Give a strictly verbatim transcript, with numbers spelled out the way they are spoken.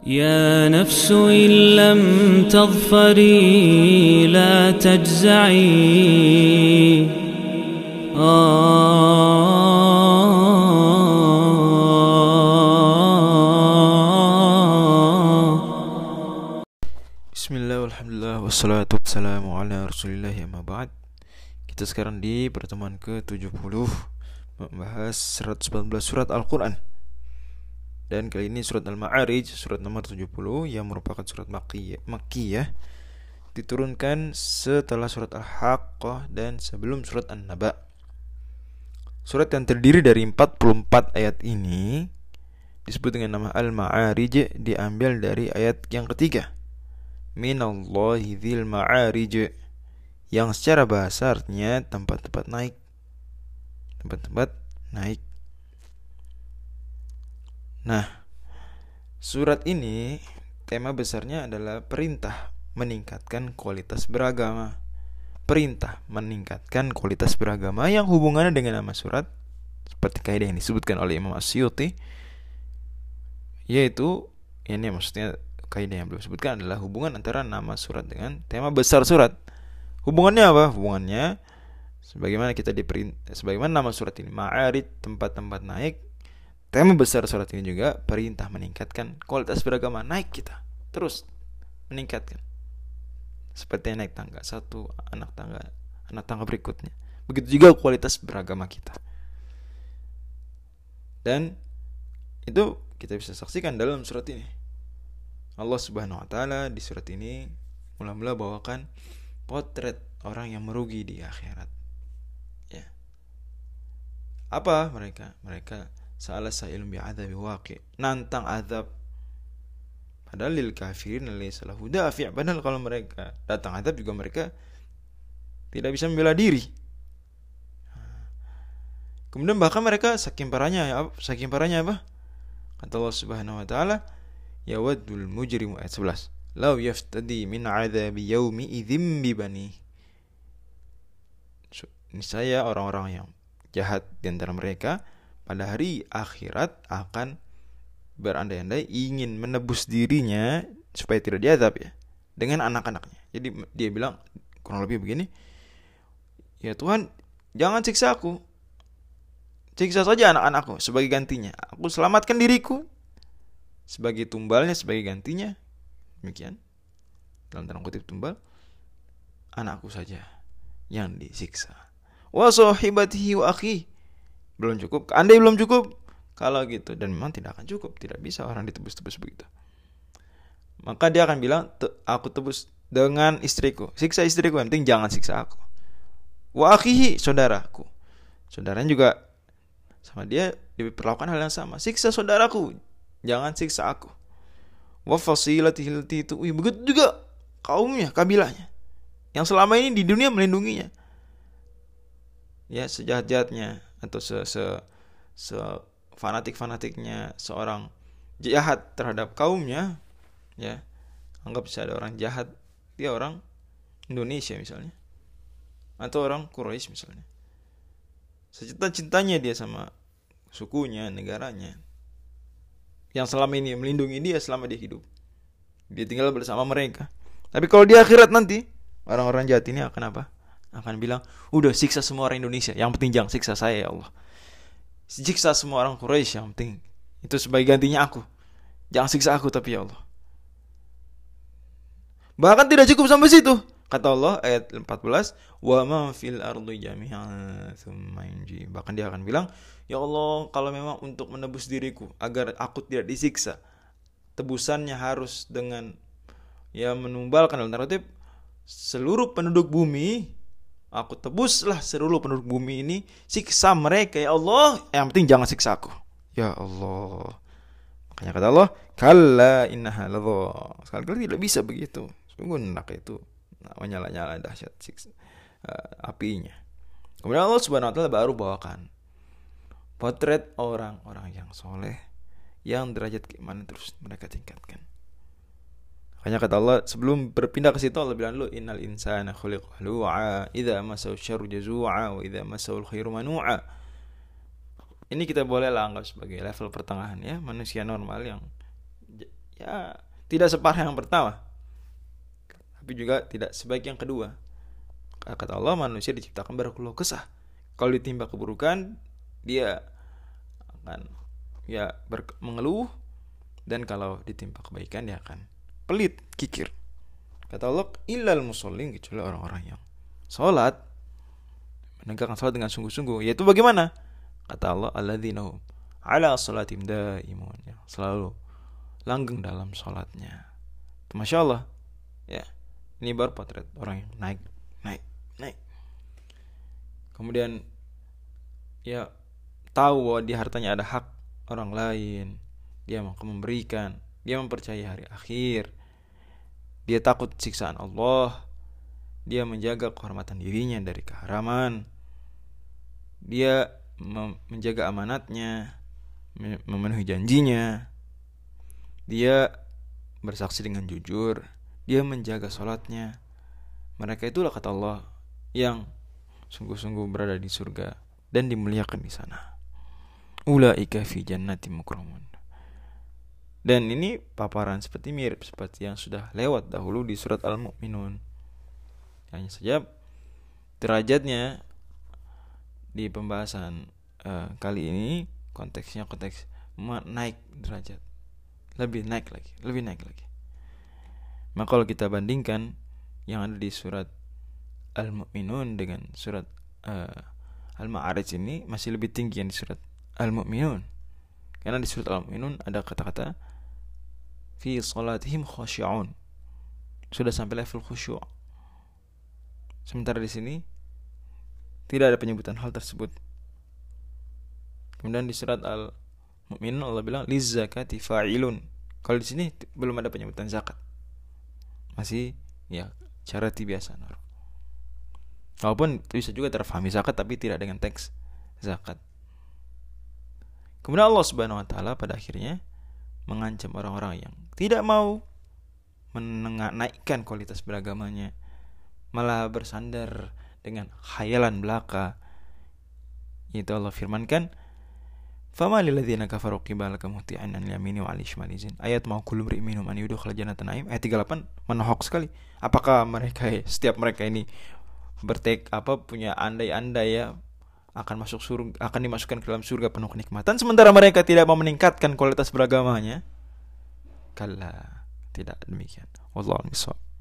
يا نفس إن لم تظفري لا تجزعي. Bismillah, alhamdulillah, wassalatu wassalamu ala rasulillah, amma ba'd. Kita sekarang di pertemuan ke tujuh puluh membahas seratus empat belas surat Al-Quran. Dan kali ini surat Al-Ma'arij, surat nomor tujuh puluh, yang merupakan surat Makkiyah, Makkiyah diturunkan setelah surat Al-Haqqah dan sebelum surat An-Naba. Surat yang terdiri dari empat puluh empat ayat ini disebut dengan nama Al-Ma'arij, diambil dari ayat yang ketiga, Minallahi dzil ma'arij, yang secara bahasa artinya tempat-tempat naik. Tempat-tempat naik. Nah, surat ini tema besarnya adalah perintah meningkatkan kualitas beragama. Perintah meningkatkan kualitas beragama yang hubungannya dengan nama surat seperti kaidah yang disebutkan oleh Imam As-Suyuti, yaitu ini maksudnya kaidah yang belum disebutkan adalah hubungan antara nama surat dengan tema besar surat. Hubungannya apa? Hubungannya sebagaimana kita diperintah, sebagaimana nama surat ini Ma'arij, tempat-tempat naik. Tema besar surat ini juga perintah meningkatkan kualitas beragama, naik kita terus meningkatkan, seperti naik tangga satu, anak tangga anak tangga berikutnya. Begitu juga kualitas beragama kita. Dan itu kita bisa saksikan dalam surat ini. Allah Subhanahu wa taala di surat ini mula-mula bawakan potret orang yang merugi di akhirat. Ya. Apa mereka? Mereka Sa'ala sa'ilun bi'adzabi waqi', nantang azab. Padahal lil kafirin laysa lahu dafi', padahal kalau mereka datang azab juga mereka tidak bisa membela diri. Kemudian bahkan mereka saking parahnya ya, saking parahnya apa? Kata Allah Subhanahu wa taala, yawaddul mujrimu, ayat sebelas, law yaftadi min 'adzabi yaumi idzim bibani. Niscaya orang-orang yang jahat di antara mereka pada hari akhirat akan berandai-andai ingin menebus dirinya supaya tidak diazab ya, dengan anak-anaknya. Jadi dia bilang kurang lebih begini, ya Tuhan, jangan siksa aku, siksa saja anak-anakku sebagai gantinya, aku selamatkan diriku sebagai tumbalnya, sebagai gantinya. Demikian, dalam tanda kutip tumbal, anakku saja yang disiksa. Wa sahibatihi wa akhi, belum cukup, andai belum cukup, kalau gitu, dan memang tidak akan cukup, tidak bisa orang ditebus-tebus begitu, maka dia akan bilang, aku tebus dengan istriku, siksa istriku, yang penting jangan siksa aku. Wa akhihi, saudaraku, saudaranya juga sama dia diperlakukan hal yang sama, siksa saudaraku, jangan siksa aku. Wa fasilatihi allati tu'i, begitu juga kaumnya, kabilahnya yang selama ini di dunia melindunginya. Ya, sejahat-jahatnya atau se se, se fanatik-fanatiknya seorang jahat terhadap kaumnya, ya, anggap bisa ada orang jahat, dia orang Indonesia misalnya, atau orang Quraisy misalnya, secinta-cintanya dia sama sukunya, negaranya, yang selama ini melindungi dia selama dia hidup, dia tinggal bersama mereka. Tapi kalau di akhirat nanti, orang-orang jahat ini akan apa? Akan bilang, udah siksa semua orang Indonesia, yang penting jangan siksa saya ya Allah. Siksa semua orang Quraisy, yang penting itu sebagai gantinya aku, jangan siksa aku tapi ya Allah. Bahkan tidak cukup sampai situ, kata Allah ayat empat belas, wa ma fil ardi jami'an tsumma yunji. Bahkan dia akan bilang, ya Allah, kalau memang untuk menebus diriku agar aku tidak disiksa, tebusannya harus dengan ya menumbalkan dalam tanda kutip seluruh penduduk bumi. Aku tebuslah seluruh penduduk bumi ini, siksa mereka ya Allah, yang penting jangan siksa aku ya Allah. Makanya kata Allah, kalla innaha ladha, sekali-kali tidak bisa begitu, sungguh neraka itu menyala-nyala dahsyat siksa uh, apinya. Kemudian Allah Subhanahu wa taala baru bawakan potret orang-orang yang soleh, yang derajat keimanan terus mereka tingkatkan. Makanya kata Allah, sebelum berpindah ke situ Allah bilang dulu, innal insana khuliqa halu'a idza massahu syarru jazu'a wa idza massahu khairu manu'a. Ini kita boleh lah anggap sebagai level pertengahan ya, manusia normal yang ya tidak separah yang pertama, tapi juga tidak sebaik yang kedua. Kata Allah, manusia diciptakan berkeluh kesah. Kalau ditimpa keburukan, dia akan ya ber- mengeluh, dan kalau ditimpa kebaikan dia akan pelit, kikir. Kata Allah, illal musallin, kecuali orang-orang yang salat, menegakkan salat dengan sungguh-sungguh. Yaitu bagaimana? Kata Allah, alladzina hum ala salatim daimun, yang selalu langgeng dalam salatnya. Masya Allah, ya. Ini baru potret orang yang naik, naik, naik. Kemudian ya tahu bahwa di hartanya ada hak orang lain, dia mau memberikan, dia mempercayai hari akhir, dia takut siksaan Allah, dia menjaga kehormatan dirinya dari keharaman, dia mem- menjaga amanatnya, memenuhi janjinya, dia bersaksi dengan jujur, dia menjaga sholatnya. Mereka itulah, kata Allah, yang sungguh-sungguh berada di surga dan dimuliakan di sana. Ulaika fi jannati mukramun. Dan ini paparan seperti mirip seperti yang sudah lewat dahulu di surat Al-Mu'minun. Hanya saja derajatnya di pembahasan uh, kali ini konteksnya konteks naik derajat, lebih naik lagi, lebih naik lagi. Maka kalau kita bandingkan yang ada di surat Al-Mu'minun dengan surat uh, Al-Ma'arij, ini masih lebih tinggi yang di surat Al-Mu'minun. Karena di surat Al-Mu'minun ada kata-kata fi salatihim khashi'un, sudah sampai level khusyuk. Sementara di sini tidak ada penyebutan hal tersebut. Kemudian di surat Al-Mu'minun Allah bilang lizzakati fa'ilun. Kalau di sini belum ada penyebutan zakat, masih ya syarati biasa. Walaupun bisa juga terfahami zakat tapi tidak dengan teks zakat. Kemudian Allah Subhanahu wa taala pada akhirnya mengancam orang-orang yang tidak mau menaikkan kualitas beragamanya, malah bersandar dengan khayalan belaka. Itu Allah firmankan, fama lil ladzina kafaru qibalaka muhti'an an yamini wa al shimali zin. Ayat mau kullu mri'in minhum an yudkhal jannatan na'im, ayat tiga puluh delapan menohok sekali. Apakah mereka setiap mereka ini bertek apa punya andai-andai ya akan masuk surga, akan dimasukkan ke dalam surga penuh kenikmatan, sementara mereka tidak mau meningkatkan kualitas beragamanya? Kalla, tidak demikian. Wallahu a'lam bishawab.